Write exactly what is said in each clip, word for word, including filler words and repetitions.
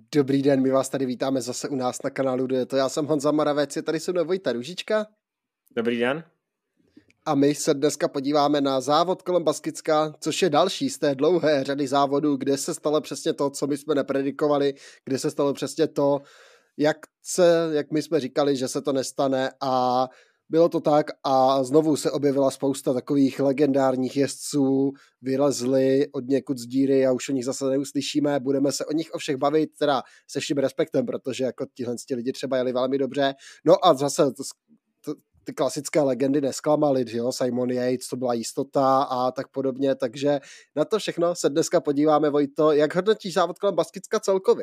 Dobrý den, my vás tady vítáme zase u nás na kanálu Dueto. Já jsem Honza Moravec, je tady se mnou Vojta Růžička. Dobrý den. A my se dneska podíváme na závod kolem Baskicka, což je další z té dlouhé řady závodů, kde se stalo přesně to, co my jsme nepredikovali, kde se stalo přesně to, jak, se, jak my jsme říkali, že se to nestane, a bylo to tak a znovu se objevila spousta takových legendárních jezdců, vylezli od někud z díry a už o nich zase neuslyšíme, budeme se o nich o všech bavit, teda se vším respektem, protože jako tihle lidi třeba jeli velmi dobře. No a zase to, to, ty klasické legendy nesklamaly, že jo, Simon Yates, to byla jistota a tak podobně, takže na to všechno se dneska podíváme, Vojto. Jak hodnotíš závod kolem Baskicka celkově?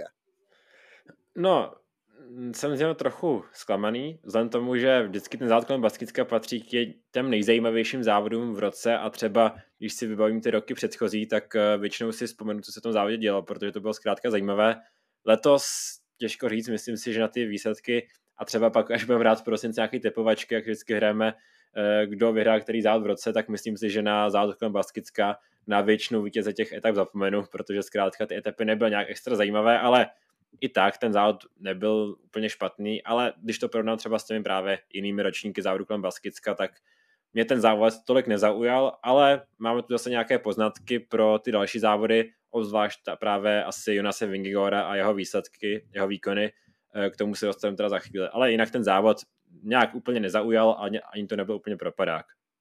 No, jsem z trochu zklamaný, vzhledem tomu, že vždycky ten závod kolem Baskicka patří k těm nejzajímavějším závodům v roce a třeba, když si vybavím ty roky předchozí, tak většinou si vzpomenu, co se v tom závodě dělo, protože to bylo zkrátka zajímavé. Letos těžko říct, myslím si, že na ty výsledky a třeba pak, až budeme hrát v prosinci nějaký typovačky, jak vždycky hrajeme, kdo vyhrál který závod v roce, tak myslím si, že na závod kolem Baskicka na většinu vítěze těch etap zapomenu, protože zkrátka ty etapy nebyly nějak extra zajímavé, ale i tak ten závod nebyl úplně špatný, ale když to porovnám třeba s těmi právě jinými ročníky závodu kolem Baskicka, tak mě ten závod tolik nezaujal, ale máme tu zase nějaké poznatky pro ty další závody, obzvlášť právě asi Jonase Vingegaarda a jeho výsledky, jeho výkony, k tomu se dostaneme teda za chvíli. Ale jinak ten závod nějak úplně nezaujal a ani to nebyl úplně propadák.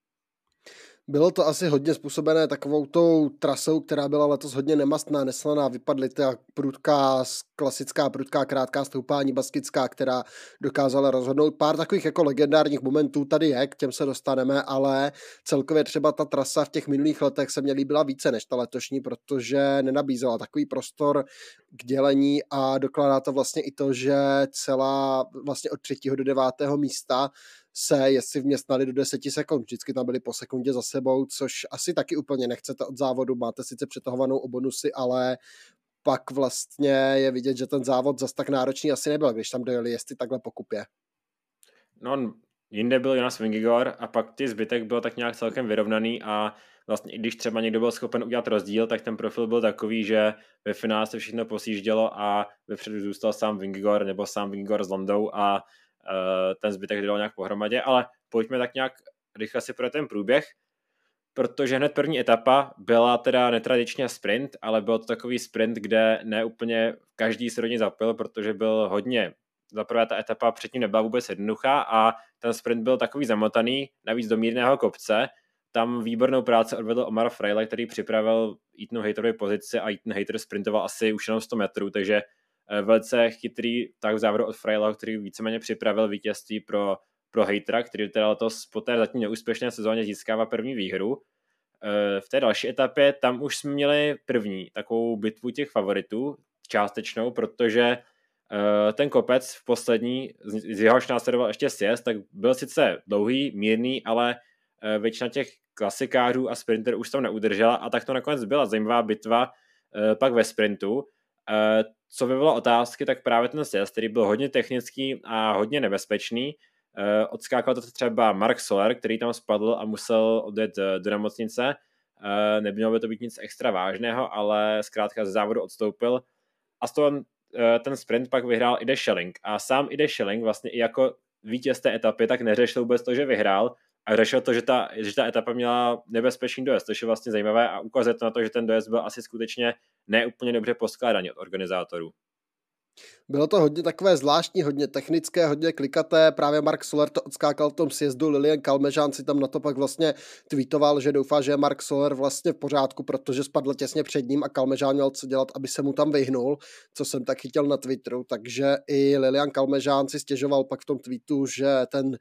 Bylo to asi hodně způsobené takovou tou trasou, která byla letos hodně nemastná, neslaná, vypadly ta prudká, klasická prudká krátká stoupání baskická, která dokázala rozhodnout. Pár takových jako legendárních momentů tady je, k těm se dostaneme, ale celkově třeba ta trasa v těch minulých letech se mně líbila více než ta letošní, protože nenabízela takový prostor k dělení a dokládá to vlastně i to, že celá vlastně od třetího do devátého místa se jezdci vměstnali do deseti sekund. Vždycky tam byli po sekundě za sebou, což asi taky úplně nechcete od závodu. Máte sice přetahovanou o bonusy, ale pak vlastně je vidět, že ten závod zas tak náročný asi nebyl, když tam dojeli jezdci takhle po kupě. No, jinde byl Jonas Vingegaard a pak ty zbytek byl tak nějak celkem vyrovnaný a vlastně i když třeba někdo byl schopen udělat rozdíl, tak ten profil byl takový, že ve finále se všechno posíždělo a vepředu zůstal sám Vingegaard nebo sám Vingegaard s Landou a ten zbytek dal nějak pohromadě, ale pojďme tak nějak rychle si pro ten průběh, protože hned první etapa byla teda netradičně sprint, ale byl to takový sprint, kde ne úplně každý se do něj zapil, protože byl hodně, zaprvé ta etapa předtím nebyla vůbec jednoduchá a ten sprint byl takový zamotaný, navíc do mírného kopce. Tam výbornou práci odvedl Omar Fraile, který připravil Ethan Hayterovi pozici a Ethan Hayter sprintoval asi už jenom sto metrů, takže velice chytrý tak v závodu od Fraileho, který víceméně připravil vítězství pro, pro Haytera, který teda letos po té zatím neúspěšné sezóně získává první výhru. V té další etapě tam už jsme měli první takovou bitvu těch favoritů, částečnou, protože ten kopec v poslední, z jehož následoval ještě sjezd, tak byl sice dlouhý, mírný, ale většina těch klasikářů a sprinterů už tam neudržela a tak to nakonec byla zajímavá bitva pak ve sprintu. Co vyvolalo otázky, tak právě ten sjezd, který byl hodně technický a hodně nebezpečný. Odskákal to třeba Marc Soler, který tam spadl a musel odjet do nemocnice. Nemělo by to být nic extra vážného, ale zkrátka ze závodu odstoupil. A z toho ten sprint pak vyhrál Ide Schelling. A sám Ide Schelling vlastně i jako vítěz té etapy tak neřešil vůbec to, že vyhrál, a řešil to, že ta, že ta etapa měla nebezpečný dojezd, což je vlastně zajímavé a ukazuje to na to, že ten dojezd byl asi skutečně neúplně dobře poskládaný od organizátorů. Bylo to hodně takové zvláštní, hodně technické, hodně klikaté, právě Marc Soler to odskákal v tom sjezdu, Lilian Kalmežán si tam na to pak vlastně tweetoval, že doufá, že je Marc Soler vlastně v pořádku, protože spadl těsně před ním a Kalmežán měl co dělat, aby se mu tam vyhnul, co jsem tak chytil na Twitteru, takže i Lilian Kalmežán si stěžoval pak v tom tweetu, že ten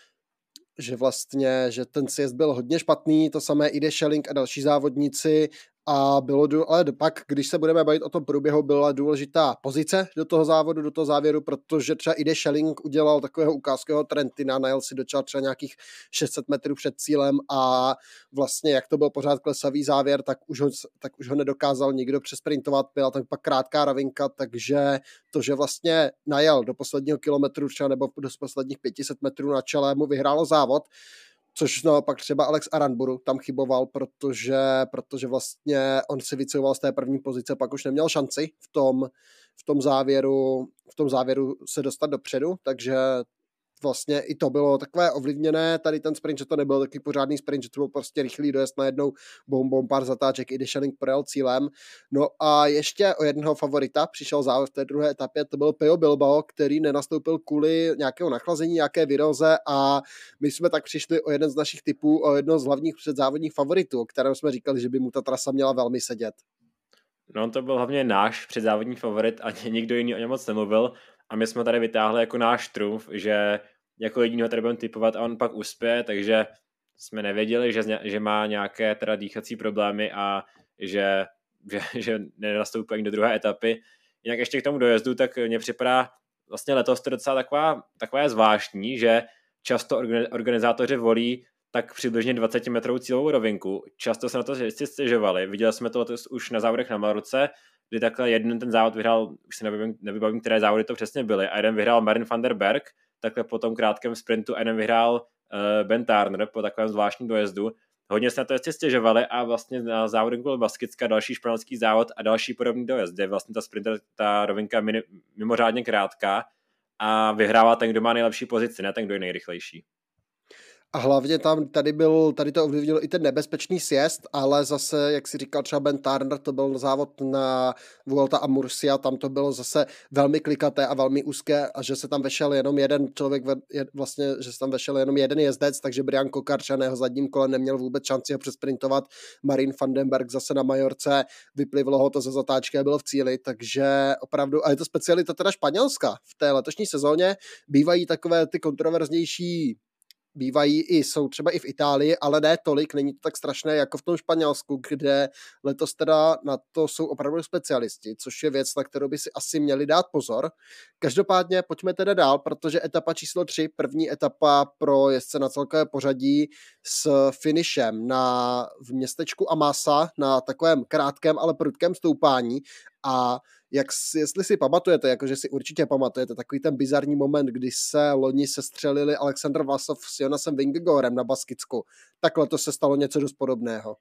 že vlastně, že ten sjezd byl hodně špatný, to samé Ide Schelling a další závodníci a bylo, dů, ale pak, když se budeme bavit o tom průběhu, byla důležitá pozice do toho závodu, do toho závěru, protože třeba Ide Schelling udělal takového ukázkového Trentina, najel si do třeba nějakých šest set metrů před cílem a vlastně, jak to byl pořád klesavý závěr, tak už ho, tak už ho nedokázal nikdo přesprintovat, byla tam pak krátká ravinka, takže to, že vlastně najel do posledního kilometru třeba nebo do posledních pět set metrů na čele, mu vyhrálo závod, což naopak třeba Alex Aranburu tam chyboval, protože, protože vlastně on si vycouval z té první pozice, pak už neměl šanci v tom, v tom závěru, v tom závěru se dostat dopředu, takže vlastně i to bylo takové ovlivněné, tady ten sprint, že to nebyl taky pořádný sprint, že to byl prostě rychlý dojezd najednou, bom, bom, pár zatáček, i Deschanning projel cílem. No a ještě o jednoho favorita přišel závod v té druhé etapě, to byl Pello Bilbao, který nenastoupil kvůli nějakého nachlazení, nějaké viróze a my jsme tak přišli o jeden z našich typů, o jedno z hlavních předzávodních favoritů, o kterém jsme říkali, že by mu ta trasa měla velmi sedět. No on to byl hlavně náš předzávodní favorit a nikdo jiný o něm moc nemluvil a my jsme tady vytáhli jako náš trumf, že jako jedinýho tady budeme typovat a on pak uspěje, takže jsme nevěděli, že, že má nějaké teda dýchací problémy a že, že, že nenastoupí ani do druhé etapy. Jinak ještě k tomu dojezdu, tak mně připadá vlastně letos to docela taková, taková zvláštní, že často organizátoři volí tak přibližně dvacet metrů cílovou rovinku. Často se na to stěžovali. Viděli jsme to letos už na závodech na Majorce, kdy takhle jeden ten závod vyhrál, už se nevybavím, nevybavím, které závody to přesně byly, a jeden vyhrál Marin van der Berg, takhle po tom krátkém sprintu, a jeden vyhrál uh, Ben Turner po takovém zvláštním dojezdu. Hodně se na to ještě stěžovali a vlastně na závodech byl Baskicka, další španělský závod a další podobný dojezd, kde vlastně ta sprinter, ta rovinka mini, mimořádně krátká a vyhrává ten, kdo má nejlepší pozici, ne ten, kdo je nejrychlejší. A hlavně tam tady byl, tady to ovlivnilo i ten nebezpečný sjezd, ale zase, jak si říkal třeba Ben Turner, to byl závod na Vuelta a Murcia, tam to bylo zase velmi klikaté a velmi úzké a že se tam vešel jenom jeden člověk, vlastně, že se tam vešel jenom jeden jezdec, takže Brian Kokarča na jeho zadním kole neměl vůbec šanci ho přesprintovat. Marin van den Berg zase na Majorce, vyplivlo ho to ze zatáčky a bylo v cíli, takže opravdu, a je to specialita teda Španělska. V té letošní sezóně bývají takové ty kontroverznější bývají i, jsou třeba i v Itálii, ale ne tolik, není to tak strašné jako v tom Španělsku, kde letos teda na to jsou opravdu specialisti, což je věc, na kterou by si asi měli dát pozor. Každopádně pojďme teda dál, protože etapa číslo tři, první etapa pro jezdce na celkové pořadí s finišem na, v městečku Amasa na takovém krátkém, ale prudkém stoupání a jak, jestli si pamatujete, jakože si určitě pamatujete, takový ten bizarní moment, kdy se loni sestřelili Alexander Vlasov s Jonasem Vingegaardem na Baskicku, takhle to se stalo něco dost podobného.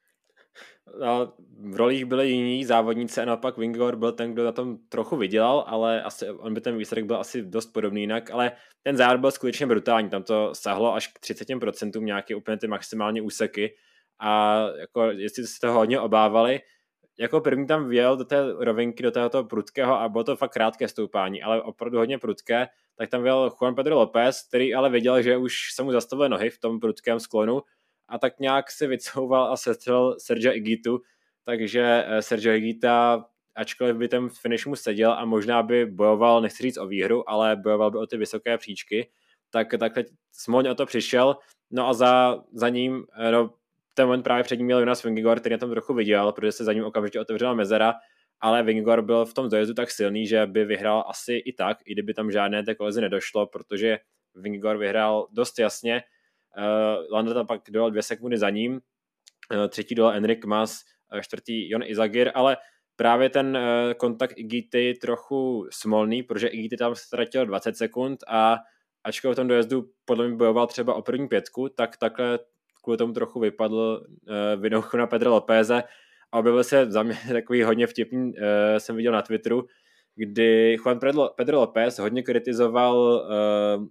No, v rolích byli jiní závodníci a naopak Vingegaard byl ten, kdo na tom trochu vydělal, ale asi, on by ten výsledek byl asi dost podobný jinak, ale ten závod byl skutečně brutální, tam to sahlo až k třicet procent nějaké úplně ty maximální úseky a jako, jestli se toho hodně obávali, jako první tam vjel do té rovinky, do tohoto prudkého a bylo to fakt krátké stoupání, ale opravdu hodně prudké, tak tam vjel Juan Pedro López, který ale věděl, že už se mu zastavily nohy v tom prudkém sklonu a tak nějak se vycouval a sestřel Sergio Higitu, takže Sergio Higuita, ačkoliv by ten finish mu seděl a možná by bojoval, nechci říct o výhru, ale bojoval by o ty vysoké příčky, tak takhle smolně o to přišel, no a za, za ním, no, ten moment právě před ním měl Jonas Vingegaard, který na tom trochu viděl, protože se za ním okamžitě otevřela mezera, ale Vingegaard byl v tom dojezdu tak silný, že by vyhrál asi i tak, i kdyby tam žádné té kolizi nedošlo, protože Vingegaard vyhrál dost jasně. Uh, Landa tam pak dojel dvě sekundy za ním, uh, třetí dojel Enric Mas, uh, čtvrtý Jon Izagirre, ale právě ten uh, kontakt Higuity trochu smolný, protože Higuity tam ztratil dvacet sekund a ačkoliv v tom dojezdu podle mě bojoval třeba o první pětku, tak takhle kvůli tomu trochu vypadl uh, vidouchu na Pedro Lopéze a objevil se za mě takový hodně vtipný, uh, jsem viděl na Twitteru, kdy Juan Pedro, Pedro López hodně kritizoval uh, uh,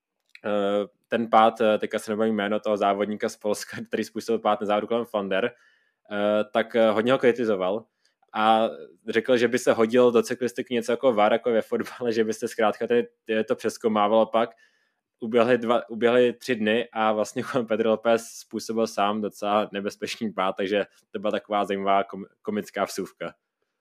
ten pád, uh, teďka se nebavím jméno toho závodníka z Polska, který způsobil pád na závodu kolem Flander, uh, tak uh, hodně ho kritizoval a řekl, že by se hodil do cyklistiky něco jako V A R, jako ve fotbale, že byste zkrátka tady, tady to přezkoumávalo pak. Uběhly, dva, uběhly tři dny a vlastně Juan Pedro López způsobil sám docela nebezpečný pád, takže to byla taková zajímavá komická vsuvka.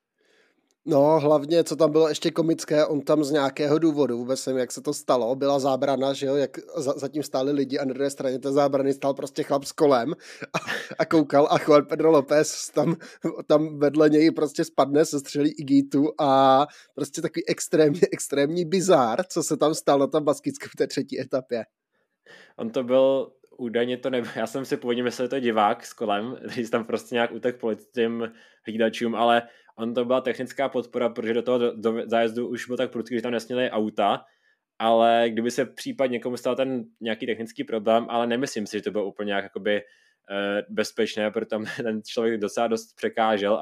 No, hlavně, co tam bylo ještě komické, on tam z nějakého důvodu, vůbec nevím, jak se to stalo, byla zábrana, že jo, jak za, zatím stáli lidi a na druhé straně té zábrany stál prostě chlap s kolem a, a koukal a Juan Pedro López tam, tam vedle něj prostě spadne, se střelí Higitu a prostě takový extrémně, extrémní bizár, co se tam stalo na tom Baskicku v té třetí etapě. On to byl údajně to nebyl, já jsem si původně myslel, že to je divák s kolem, který tam prostě nějak utek politickým hlídačům, ale on to byla technická podpora, protože do toho do, do zájezdu už byl tak prudký, že tam nesměli auta, ale kdyby se případně někomu stal ten nějaký technický problém, ale nemyslím si, že to bylo úplně nějak jakoby, eh, bezpečné, protože tam ten člověk docela dost překážel a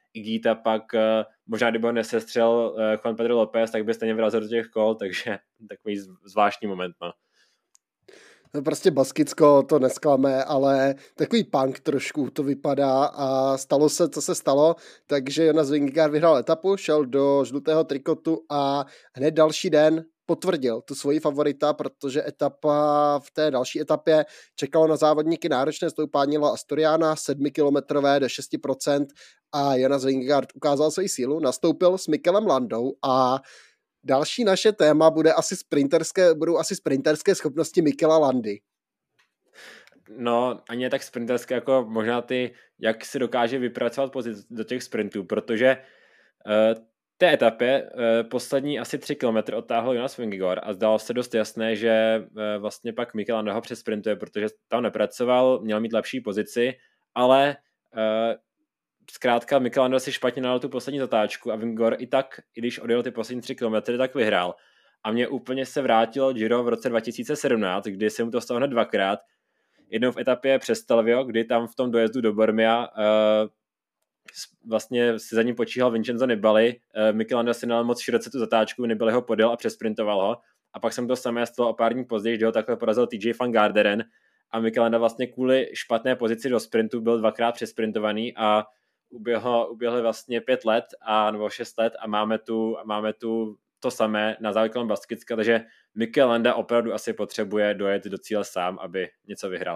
Higuita pak možná kdyby ho nesestřel Juan Pedro López, tak by stejně vyrazil do těch kol, takže takový zvláštní moment. No. No prostě Baskicko to nesklame, ale takový punk trošku to vypadá a stalo se, co se stalo, takže Jonas Vingegaard vyhrál etapu, šel do žlutého trikotu a hned další den potvrdil tu svoji favorita, protože etapa v té další etapě čekalo na závodníky náročné stoupání La Asturiana, sedmikilometrové do šest procent a Jonas Vingegaard ukázal svoji sílu, nastoupil s Mikelem Landou a další naše téma bude asi sprinterské, budou asi sprinterské schopnosti Mikela Landy. No, ani ne tak sprinterské, jako možná ty, jak si dokáže vypracovat pozici do těch sprintů, protože uh, té etapě uh, poslední asi tři kilometry odtáhl Jonas Vingegaard a zdalo se dost jasné, že uh, vlastně pak Mikel Landa ho přesprintuje, protože tam nepracoval, měl mít lepší pozici, ale uh, zkrátka Mikel Landa si špatně nalil tu poslední zatáčku a Vingegaard i tak, i když odjel ty poslední tři kilometry, tak vyhrál. A mě úplně se vrátilo Giro v roce dva tisíce sedmnáct, kdy se mu to stalo hned dvakrát. Jednou v etapě přes Stelvio, kdy tam v tom dojezdu do Bormia uh, vlastně si za ním počíhal Vincenzo Nibali. Uh, Mikel Landa si nalil moc široce tu zatáčku, Nibali ho podjel a přesprintoval ho. A pak jsem to samé stalo o pár dní později, kdy ho takhle porazil T J van Garderen a Mikel Landa vlastně kvůli špatné pozici do sprintu byl dvakrát přesprintovaný a uběhlo, uběhly vlastně pět let a, nebo šest let a máme tu, máme tu to samé na závěr kolem Baskicka, takže Mikel Landa opravdu asi potřebuje dojet do cíle sám, aby něco vyhrál.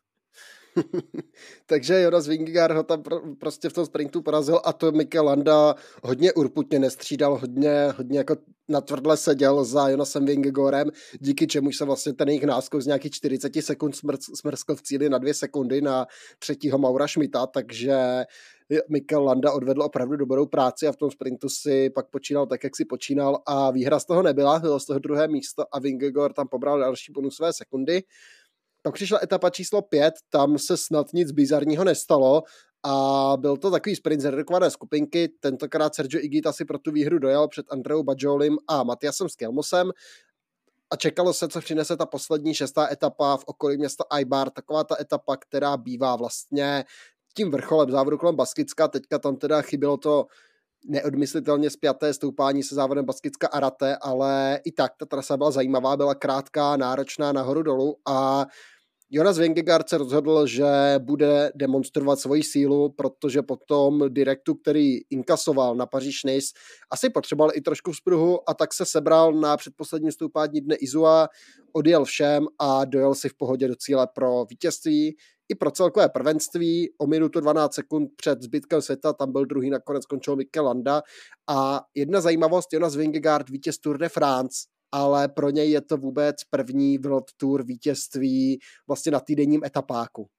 Takže Jonas Vingegaard ho tam pr- prostě v tom sprintu porazil a to Mikel Landa hodně urputně nestřídal, hodně, hodně jako natvrdle seděl za Jonasem Vingegaardem, díky čemu se vlastně ten jejich náskok z nějakých čtyřicet sekund smr- smrskl v cíli na dvě sekundy na třetího Maura Schmidta, takže Mikel Landa odvedl opravdu dobrou práci a v tom sprintu si pak počínal tak, jak si počínal a výhra z toho nebyla, bylo z toho druhé místo a Vingegaard tam pobral další bonusové sekundy. Pak přišla etapa číslo pět, tam se snad nic bizarního nestalo a byl to takový sprint z redukované skupinky, tentokrát Sergio Higuita si pro tu výhru dojel před Andreou Bajolim a Matiasem Skelmosem a čekalo se, co přinese ta poslední šestá etapa v okolí města Eibar, taková ta etapa, která bývá vlastně tím vrcholem závodu kolem Baskicka, teďka tam teda chybělo to neodmyslitelně spjaté stoupání se závodem Baskicka Arate, ale i tak ta trasa byla zajímavá, byla krátká, náročná nahoru dolů a Jonas Vingegaard se rozhodl, že bude demonstrovat svoji sílu, protože po tom direktu, který inkasoval na Paříž-Nice, asi potřeboval i trošku vzpruhu a tak se sebral na předposledním stoupání dne Izua, odjel všem a dojel si v pohodě do cíle pro vítězství i pro celkové prvenství. O minutu dvanáct sekund před zbytkem světa, tam byl druhý, nakonec skončil Mikel Landa. A jedna zajímavost, Jonas Vingegaard, vítěz Tour de France, ale pro něj je to vůbec první World Tour vítězství vlastně na týdenním etapáku. Uh,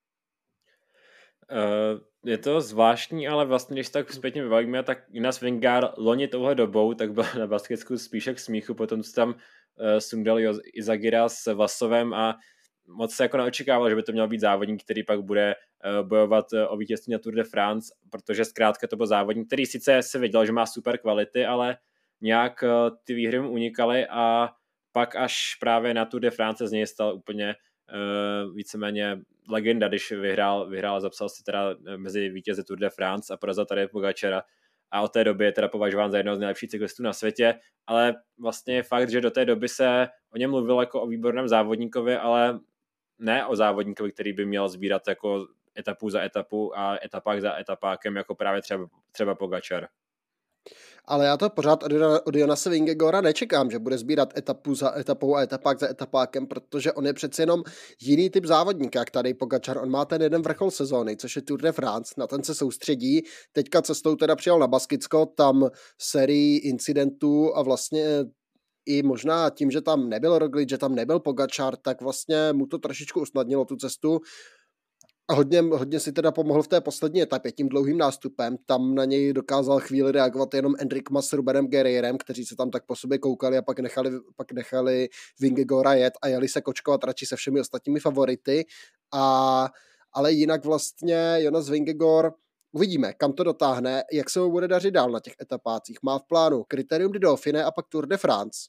je to zvláštní, ale vlastně, když tak zpětně vybavíme, tak Jonas Vingegaard loni touhle dobou, tak byl na Baskicku spíše k smíchu, potom se tam uh, sundal Izagira s Vlasovem a moc se jako neočekával, že by to měl být závodník, který pak bude uh, bojovat uh, o vítězství na Tour de France, protože zkrátka to byl závodník, který sice se věděl, že má super kvality, ale nějak uh, ty výhry mu unikaly a pak až právě na Tour de France z něj stal úplně uh, víceméně legenda, když vyhrál, vyhrál zapsal se teda mezi vítěze Tour de France a porazil tady Pogačara a od té doby je teda považován za jednoho z nejlepších cyklistů na světě, ale vlastně je fakt, že do té doby se o něm mluvilo jako o výborném závodníkovi, ale ne o závodníkovi, který by měl sbírat jako etapu za etapu a etapách za etapákem, jako právě třeba, třeba Pogačar. Ale já to pořád od Jonase Vingegaarda nečekám, že bude sbírat etapu za etapou a etapák za etapákem, protože on je přece jenom jiný typ závodníka, jak tady Pogačar. On má ten jeden vrchol sezóny, což je Tour de France, na ten se soustředí. Teďka cestou teda přijel na Baskicko, tam sérii incidentů a vlastně i možná tím, že tam nebyl Roglič, že tam nebyl Pogačar, tak vlastně mu to trošičku usnadnilo tu cestu. A hodně, hodně si teda pomohl v té poslední etapě tím dlouhým nástupem. Tam na něj dokázal chvíli reagovat jenom Enric Mas s Rubenem Guerreirem, kteří se tam tak po sobě koukali a pak nechali, pak nechali Vingegaarda jet a jeli se kočkovat radši se všemi ostatními favority. A, ale jinak vlastně Jonas Vingegaard, uvidíme, kam to dotáhne, jak se mu bude dařit dál na těch etapácích. Má v plánu Kritérium du Dauphiné a pak Tour de France.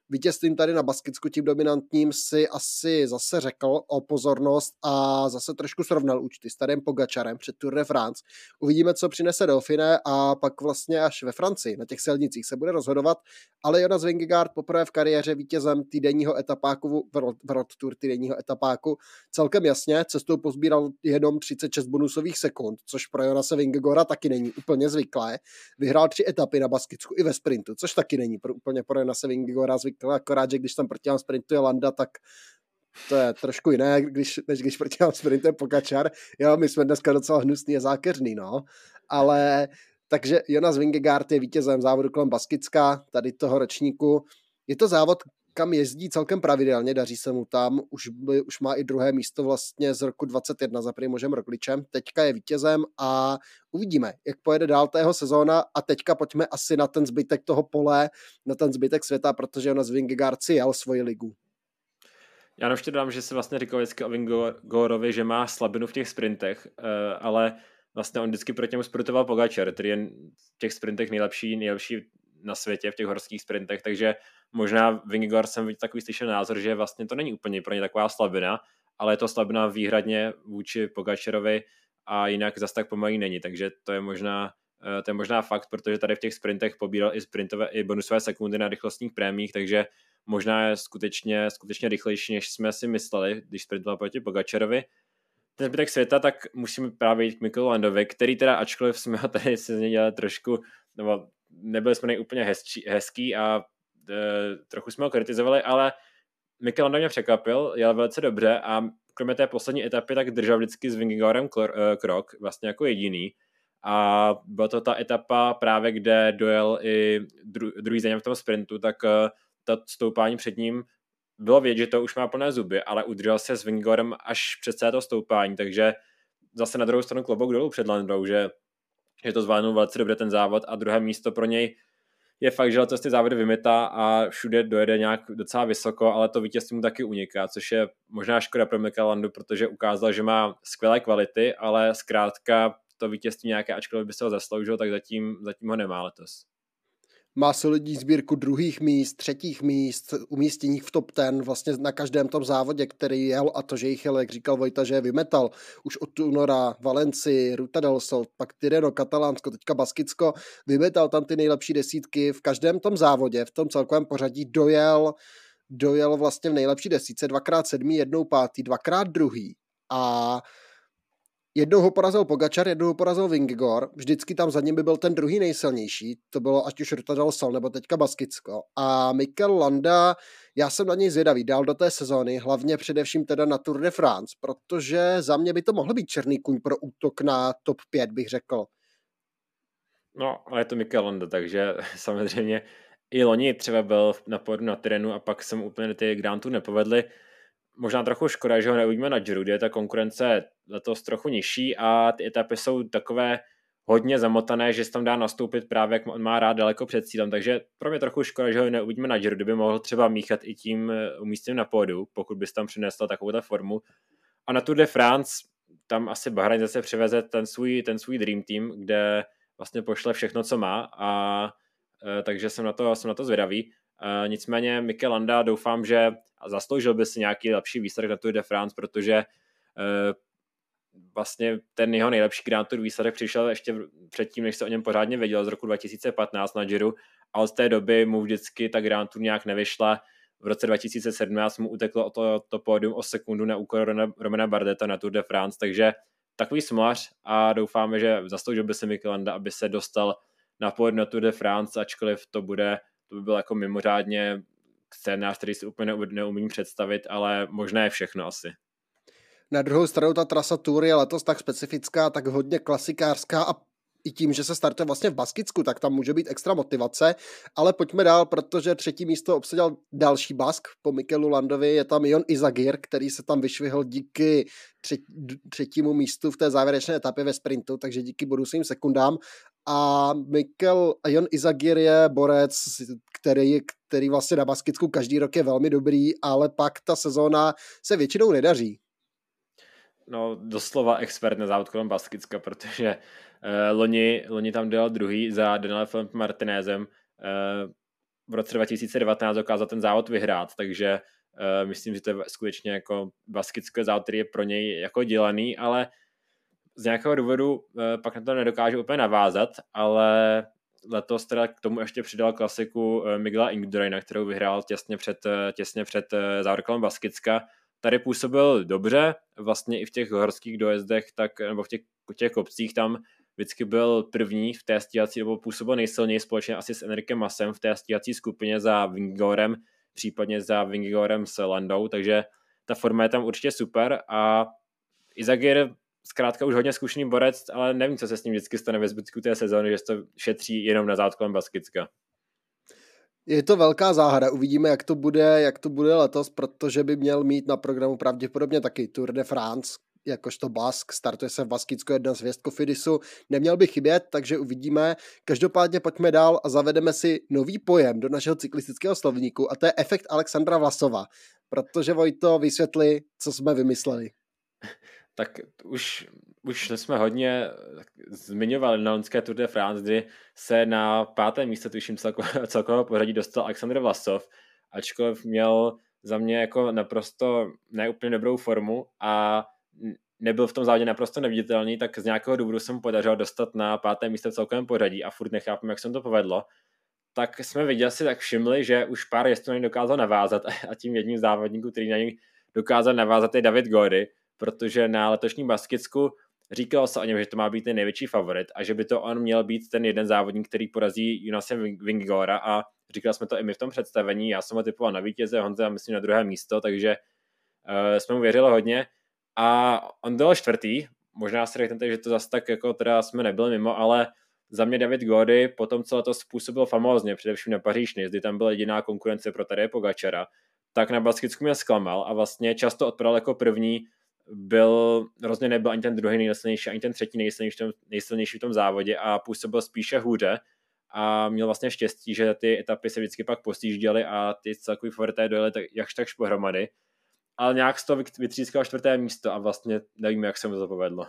vítězstvím tady na Baskicku tím dominantním si asi zase řekl o pozornost a zase trošku srovnal účty s Tadem Pogačarem před Tour de France. Uvidíme, co přinese Dauphiné a pak vlastně až ve Francii na těch silnicích se bude rozhodovat, ale Jonas Vingegaard poprvé v kariéře vítězem týdenního etapáku, World Tour týdenního etapáku celkem jasně, cestou pozbíral jenom třicet šest bonusových sekund, což pro Jonase Vingegaarda taky není úplně zvyklé. Vyhrál tři etapy na Baskicku i ve sprintu, což taky není pro, úplně pro Jonase Vingegaarda zvyklé, akorát, že když tam proti nám sprintuje Landa, tak to je trošku jiné, když, než když proti nám sprintuje Pogačar. Jo, my jsme dneska docela hnusný a zákeřný, no. Ale takže Jonas Vingegaard je vítězem závodu kolem Baskicka, tady toho ročníku. Je to závod, kam jezdí celkem pravidelně, daří se mu tam, už, by, už má i druhé místo vlastně z roku dvacet jedna za Primožem Rogličem, teďka je vítězem a uvidíme, jak pojede dál tého sezóna a teďka pojďme asi na ten zbytek toho pole, na ten zbytek světa, protože Jonas Vingegaard si jel svoji ligu. Já ještě dodám, že se vlastně říkal vždycky o Vingegaardovi, že má slabinu v těch sprintech, ale vlastně on vždycky proti němu sprintoval Pogačar, který je v těch sprintech nejlepší, nejlepší na světě, v těch horských sprintech, takže možná Vingegaard jsem takový slyšel názor, že vlastně to není úplně pro ně taková slabina, ale je to slabina výhradně vůči Pogačarovi a jinak zase tak pomalý není, takže to je možná, to je možná fakt, protože tady v těch sprintech pobíral i sprintové, i bonusové sekundy na rychlostních prémiích, takže možná je skutečně, skutečně rychlejší, než jsme si mysleli, když sprintoval proti Pogačarovi. Ten zbytek světa, tak musíme právě jít k Mikelu Landovi, který teda, ačkoliv jsme ho tady se z něj dělali trošku, nebo nebyli jsme nej úplně hezčí, hezký a e, trochu jsme ho kritizovali, ale Mikel Landa mě překvapil, jel velice dobře a kromě té poslední etapy tak držel vždycky s Vingegaardem krok, vlastně jako jediný. A byla to ta etapa právě, kde dojel i dru, druhý za něm v tom sprintu, tak e, to stoupání před ním bylo vidět, že to už má plné zuby, ale udržel se s Vingegaardem až před celé to stoupání, takže zase na druhou stranu klobouk dolů před Landou, že, že to zvládnul velice dobře ten závod a druhé místo pro něj je fakt, že letos ty závody vymytá a všude dojede nějak docela vysoko, ale to vítězství mu taky uniká, což je možná škoda pro Mikela Landu, protože ukázal, že má skvělé kvality, ale zkrátka to vítězství nějaké, ačkoliv by se ho zasloužil, tak zatím, zatím ho nemá letos. Má solidní sbírku druhých míst, třetích míst, umístění v top deset vlastně na každém tom závodě, který jel, a to, že jich jel, jak říkal Vojta, že je vymetal už od února Valencii, Ruta del Sol, pak Tirreno, Katalánsko, teďka Baskicko, vymetal tam ty nejlepší desítky v každém tom závodě, v tom celkovém pořadí dojel, dojel vlastně v nejlepší desítce, dvakrát sedmý, jednou pátý, dvakrát druhý a jednou ho porazil Pogačar, jednou ho porazil Vingegaard, vždycky tam za ním by byl ten druhý nejsilnější, to bylo ať už Ruta del Sol nebo teďka Baskicko. A Mikel Landa, já jsem na něj zvědavý dál do té sezóny, hlavně především teda na Tour de France, protože za mě by to mohl být černý kůň pro útok na top pět, bych řekl. No, ale je to Mikel Landa, takže samozřejmě i loni třeba byl na pódiu na Tirrenu a pak jsem úplně ty Grand Tour nepovedli. Možná trochu škoda, že ho neuvidíme na Giro, kde je ta konkurence letos trochu nižší a ty etapy jsou takové hodně zamotané, že se tam dá nastoupit právě, jak on má rád, daleko před cílem, takže pro mě trochu škoda, že ho neuvidíme na Giro, kdyby mohl třeba míchat i tím umístěním na pódiu, pokud bys tam přinesl takovou formu. A na Tour de France, tam asi Bahrain zase přiveze ten svůj, ten svůj dream team, kde vlastně pošle všechno, co má a e, takže jsem na to, jsem na to zvědavý. Uh, nicméně Mikel Landa doufám, že zasloužil by si nějaký lepší výsledek na Tour de France, protože uh, vlastně ten jeho nejlepší Grand Tour výsledek přišel ještě předtím, než se o něm pořádně věděl, z roku dva tisíce patnáct na Giro, a od té doby mu vždycky ta Grand Tour nějak nevyšla. V roce dva tisíce sedmnáct mu uteklo o to, to pódium o sekundu na úkor Romana Bardeta na Tour de France, takže takový smař a doufáme, že zasloužil by si Mikel Landa, aby se dostal na pódium na Tour de France, ačkoliv to bude to by byl jako mimořádně scénář, který si úplně neumím představit, ale možná je všechno asi. Na druhou stranu ta trasa Tour je letos tak specifická, tak hodně klasikářská a i tím, že se startuje vlastně v Baskicku, tak tam může být extra motivace, ale pojďme dál, protože třetí místo obsadil další Bask po Mikelu Landovi, je tam Jon Izagirre, který se tam vyšvihl díky třetímu místu v té závěrečné etapě ve sprintu, takže díky bonusovým sekundám. A Mikel a Jon Izagirre je borec, který, který vlastně na Baskicku každý rok je velmi dobrý, ale pak ta sezóna se většinou nedaří. No, doslova expert na závod kolem Baskicka, protože uh, loni, loni tam dělal druhý za Danielem Martinezem. Uh, v roce dva tisíce devatenáct dokázal ten závod vyhrát, takže uh, myslím, že to je skutečně jako baskický závod, který je pro něj jako dělaný, ale z nějakého důvodu uh, pak na to nedokážu úplně navázat, ale letos teda k tomu ještě přidal klasiku uh, Miguela Induraina, kterou vyhrál těsně před, uh, těsně před uh, závodem kolem Baskicka. Tady působil dobře, vlastně i v těch horských dojezdech, tak, nebo v těch, v těch kopcích tam vždycky byl první v té stíhací, nebo působil nejsilněji společně asi s Enrikem Masem v té stíhací skupině za Vingigorem, případně za Vingigorem s Landou, takže ta forma je tam určitě super a Izagir zkrátka už hodně zkušený borec, ale nevím, co se s ním vždycky stane ve zbytku té sezóny, že se to šetří jenom na závod kolem Baskicka. Je to velká záhada, uvidíme, jak to bude, jak to bude letos, protože by měl mít na programu pravděpodobně taky Tour de France, jakožto Bask, startuje se v Baskicku, jedna z hvězd Cofidisu, neměl by chybět, takže uvidíme. Každopádně pojďme dál a zavedeme si nový pojem do našeho cyklistického slovníku a to je efekt Alexandra Vlasova, protože Vojto, vysvětli, co jsme vymysleli. Tak už, už jsme hodně zmiňovali na loňské Tour de France, kdy se na páté místo, tuším celkového, celkového pořadí dostal Alexandr Vlasov, ačkoliv měl za mě jako naprosto neúplně dobrou formu a nebyl v tom závodě naprosto neviditelný, tak z nějakého důvodu se mu podařilo dostat na páté místo v celkovém pořadí a furt nechápem, jak se to povedlo. Tak jsme viděli, si tak všimli, že už pár jezdců na něj dokázal navázat a tím jedním závodníků, který na něj dokázal navázat, je David Gody, protože na letošním Baskicku říkalo se o něm, že to má být ten největší favorit a že by to on měl být ten jeden závodník, který porazí Jonase Vingigora a říkali jsme to i my v tom představení, já jsem ho typoval na vítěze, Honza myslím na druhé místo, takže uh, jsme mu věřili hodně a on byl čtvrtý, možná si řeknete, že to zase tak jako teda jsme nebyli mimo, ale za mě David Gody po tom, co letos způsobil famózně, především na Paříž-Nice, kdy tam byla jediná konkurence pro Tadeje Pogačara, tak na Baskicku mě zklamal a vlastně často odpadal jako první, byl, rozhodně nebyl ani ten druhý nejsilnější, ani ten třetí nejsilnější, nejsilnější v tom závodě a působil spíše hůře a měl vlastně štěstí, že ty etapy se vždycky pak postížděly a ty celkový favorité dojeli tak, jakž takž pohromady. Ale nějak z toho vytřískal čtvrté místo a vlastně nevíme, jak se mu to povedlo.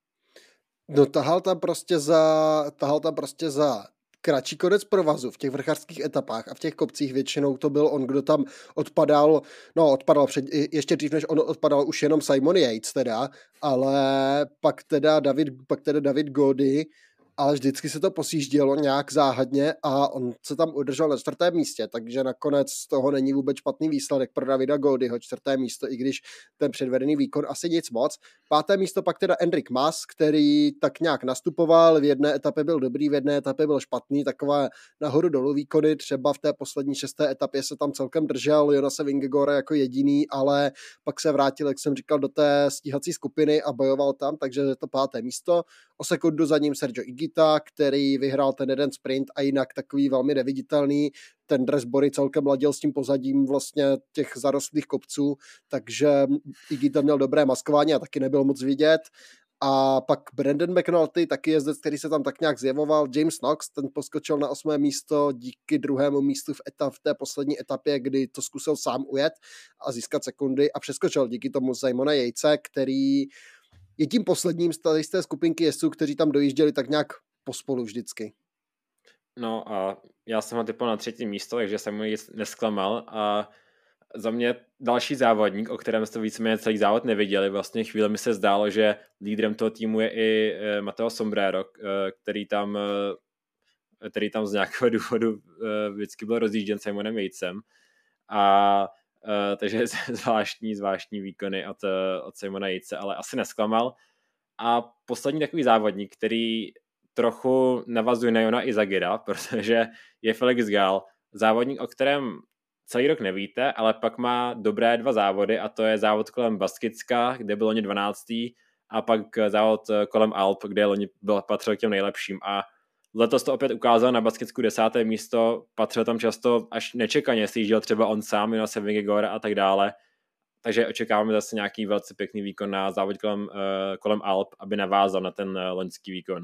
No tahal tam prostě za, tahal tam prostě za kratší konec provazu v těch vrchařských etapách a v těch kopcích většinou to byl on, kdo tam odpadal, no odpadal před, ještě dřív, než on odpadal už jenom Simon Yates teda, ale pak teda David, pak teda David Gody, ale vždycky se to posíždělo nějak záhadně a on se tam udržel na čtvrtém místě, takže nakonec z toho není vůbec špatný výsledek pro Davida Godyho, čtvrté místo, i když ten předvedený výkon asi nic moc. Páté místo pak teda Enric Mas, který tak nějak nastupoval, v jedné etapě byl dobrý, v jedné etapě byl špatný, takové nahoru dolů výkony, třeba v té poslední šesté etapě se tam celkem držel Jonase Vingigora jako jediný, ale pak se vrátil, jak jsem říkal, do té stíhací skupiny a bojoval tam, takže je to páté místo. O sekundu za ním Sergio Higuita, který vyhrál ten jeden sprint a jinak takový velmi neviditelný. Ten dres Bory celkem ladil s tím pozadím vlastně těch zarostlých kopců, takže Higuita měl dobré maskování a taky nebyl moc vidět. A pak Brandon McNulty, taky jezdec, který se tam tak nějak zjevoval. James Knox, ten poskočil na osmé místo díky druhému místu v, etap, v té poslední etapě, kdy to zkusil sám ujet a získat sekundy a přeskočil díky tomu Simona Yatese, který je tím posledním z té skupinky jezdců, kteří tam dojížděli tak nějak pospolu vždycky. No a já jsem ho typoval na třetí místo, takže jsem mu nic nesklamal a za mě další závodník, o kterém jste víceméně celý závod neviděli, vlastně chvíli mi se zdálo, že lídrem toho týmu je i Mateo Sombrero, který tam, který tam z nějakého důvodu vždycky byl rozjížděn Simonem Yatesem a Uh, takže zvláštní, zvláštní výkony od, od Simona Yatese, ale asi nesklamal. A poslední takový závodník, který trochu navazuje na Jona Izagira, protože je Felix Gall, závodník, o kterém celý rok nevíte, ale pak má dobré dva závody a to je závod kolem Baskicka, kde byl loni dvanáctý a pak závod kolem Alp, kde loni byl, patřil k těm nejlepším a letos to opět ukázal na Baskicku desáté místo, patřil tam často až nečekaně, sjížděl třeba on sám, Jonase Vingigora a tak dále. Takže očekáváme zase nějaký velice pěkný výkon na závod kolem, uh, kolem Alp, aby navázal na ten uh, loňský výkon.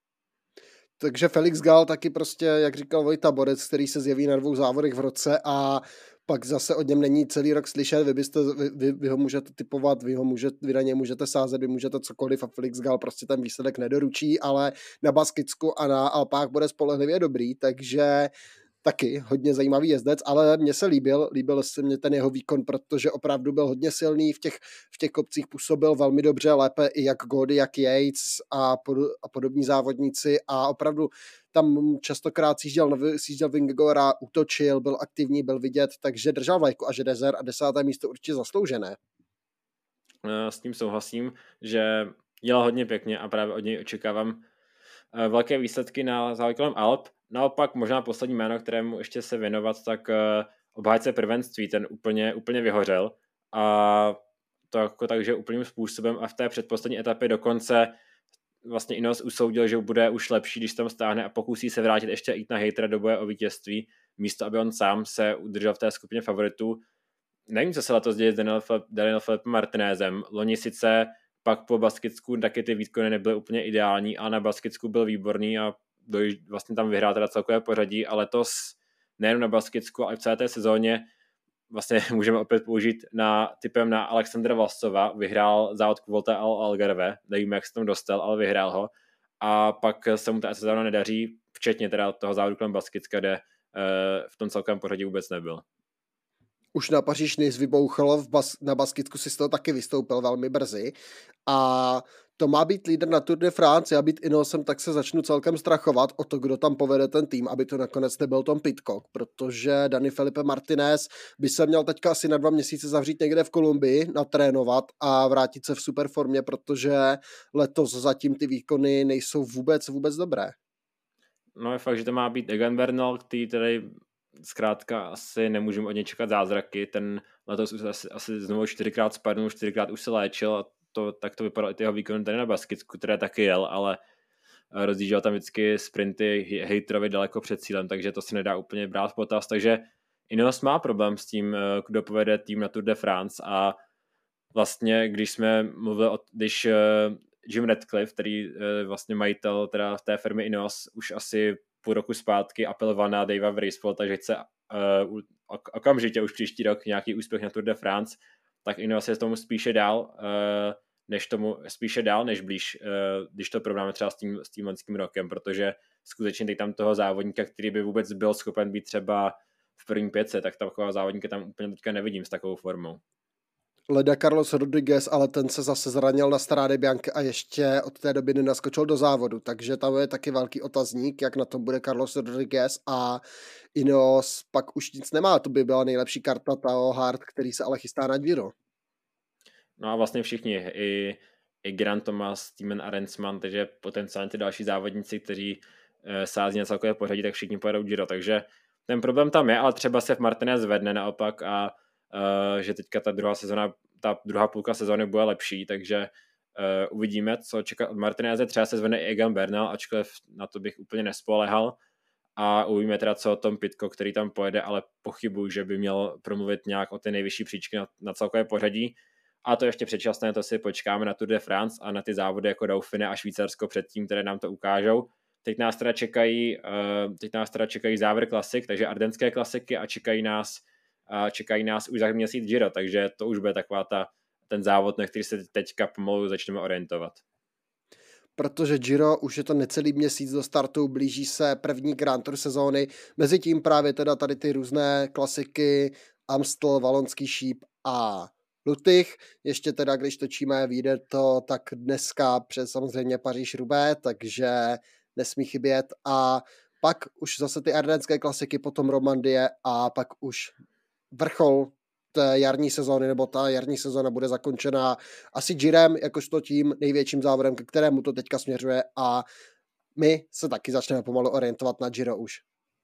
Takže Felix Gall taky prostě, jak říkal Vojta, borec, který se zjeví na dvou závodech v roce a pak zase o něm není celý rok slyšet, vy, byste, vy, vy, vy ho můžete typovat, vy, ho můžete, vy na něj můžete sázet, vy můžete cokoliv a Felix Gall prostě ten výsledek nedoručí, ale na Baskicku a na Alpách bude spolehlivě dobrý, takže taky hodně zajímavý jezdec, ale mně se líbil, líbil se mě ten jeho výkon, protože opravdu byl hodně silný, v těch, v těch kopcích působil velmi dobře, lépe i jak Gody, jak Yates a, pod, a podobní závodníci a opravdu tam častokrát sjížděl, sjížděl Vingegaard, útočil, byl aktivní, byl vidět, takže držel vlajku a že Dezer a desáté místo určitě zasloužené. S tím souhlasím, že dělal hodně pěkně a právě od něj očekávám velké výsledky na závodě Alp. Naopak možná poslední jméno, kterému ještě se věnovat, tak obhájce prvenství, ten úplně, úplně vyhořel a to jako takže úplným způsobem a v té předposlední etapě dokonce vlastně Ineos usoudil, že bude už lepší, když tam stáhne a pokusí se vrátit ještě i na hejtera do boje o vítězství, místo aby on sám se udržel v té skupině favoritů. Nevím, co se letos děje s Daniel, Daniel Filipem Martinezem. Loni sice pak po Baskicku taky ty výkony nebyly úplně ideální, a na Baskicku byl výborný a doj, vlastně tam vyhrál teda celkové pořadí, ale letos nejen na Baskicku, ale i v celé té sezóně vlastně můžeme opět použít na typem na Alexandra Vlasova, vyhrál závod Vuelta al Algarve, nevím, jak se tam dostal, ale vyhrál ho a pak se mu ta sezóna nedaří, včetně teda toho závodu kolem Baskicka, kde uh, v tom celkovém pořadí vůbec nebyl. Už na Paříž-Nice vybouchlo, v bas, na Baskicku si z toho taky vystoupil velmi brzy a to má být lídr na Tour de France, já být Ineosem, tak se začnu celkem strachovat o to, kdo tam povede ten tým, aby to nakonec nebyl Tom Pidcock, protože Dani Felipe Martinez by se měl teďka asi na dva měsíce zavřít někde v Kolumbii, natrénovat a vrátit se v super formě, protože letos zatím ty výkony nejsou vůbec, vůbec dobré. No je fakt, že to má být Egan Bernal, který tady zkrátka asi nemůžeme od něj čekat zázraky, ten letos už asi, asi znovu čtyřikrát spadnul, čtyřikrát už se léčil a to, tak to vypadalo i ty jeho výkony tady na Baskicku, které taky jel, ale rozjížděl tam vždycky sprinty hejterovi daleko před cílem, takže to se nedá úplně brát v potaz, takže Ineos má problém s tím, kdo povede tým na Tour de France a vlastně, když jsme mluvili o, když Jim Ratcliffe, který vlastně majitel teda v té firmy Ineos už asi půl roku zpátky apeloval na Davea Vracewell, takže chce uh, okamžitě už příští rok nějaký úspěch na Tour de France, tak Ineos je tomu spíše dál, uh, než tomu spíše dál, než blíž, uh, když to porovnáme třeba s tím, s tím loňským rokem, protože skutečně teď tam toho závodníka, který by vůbec byl schopen být třeba v první pětce, tak takového závodníka tam úplně teďka nevidím s takovou formou. Leda Carlos Rodriguez, ale ten se zase zranil na Strade Bianche a ještě od té doby nenaskočil do závodu, takže tam je taky velký otazník, jak na tom bude Carlos Rodriguez a Ineos pak už nic nemá, to by byla nejlepší karta Tao Hart, který se ale chystá na Giro. No a vlastně všichni, i, i Grant Thomas, Steven Arensman, takže potenciálně ty další závodníci, kteří e, sází na celkové pořadí, tak všichni pojedou Giro, takže ten problém tam je, ale třeba se v Martinez zvedne naopak a Uh, že teďka ta druhá sezona, ta druhá půlka sezóny bude lepší, takže uh, uvidíme, co čeká od Martineze, třeba se zvedne i Egan Bernal, ačkoliv na to bych úplně nespolehal a uvidíme teda, co o tom Pidcock, který tam pojede, ale pochybuji, že by měl promluvit nějak o ty nejvyšší příčky na, na celkové pořadí a to ještě předčasné, to si počkáme na Tour de France a na ty závody jako Dauphiné a Švýcarsko předtím, které nám to ukážou. Teď nás teda čekají, uh, teď nás teda čekají závěr klasik, takže ardenské klasiky a čekají nás a čekají nás už za měsíc Giro, takže to už bude taková ta, ten závod, na který se teďka pomalu začneme orientovat. Protože Giro už je to necelý měsíc do startu, blíží se první Grand Tour sezóny, mezi tím právě teda tady ty různé klasiky, Amstel, Valonský šíp a Lutych, ještě teda, když točíme, vyjde to tak dneska před samozřejmě Paříž-Roubaix, takže nesmí chybět a pak už zase ty ardenské klasiky, potom Romandie a pak už vrchol té jarní sezóny, nebo ta jarní sezóna bude zakončena asi Girem, jakožto tím největším závodem, ke kterému to teďka směřuje a my se taky začneme pomalu orientovat na Giro už.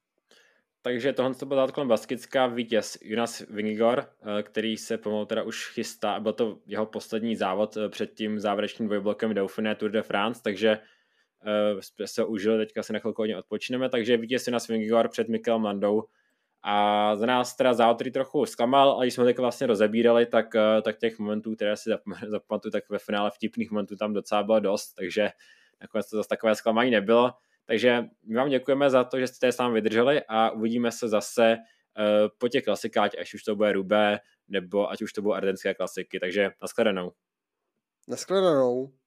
Takže tohle to byl závod kolem Baskicka, vítěz Jonas Vingegaard, který se pomalu teda už chystá, byl to jeho poslední závod před tím závěrečným dvojblokem Dauphiné Tour de France, takže uh, se užili, teďka se na chvilku hodně odpočineme, takže vítěz Jonas Vingegaard před Mikelem Landou. A za nás teda závod, který trochu zklamal, ale když jsme teď vlastně rozebírali, tak, tak těch momentů, které si zapamatuju, tak ve finále vtipných momentů tam docela bylo dost, takže nakonec to zase takové zklamání nebylo. Takže my vám děkujeme za to, že jste s námi vydrželi a uvidíme se zase uh, po těch klasikách, až už to bude Roubaix, nebo ať už to budou ardenské klasiky. Takže nashledanou. Nashledanou.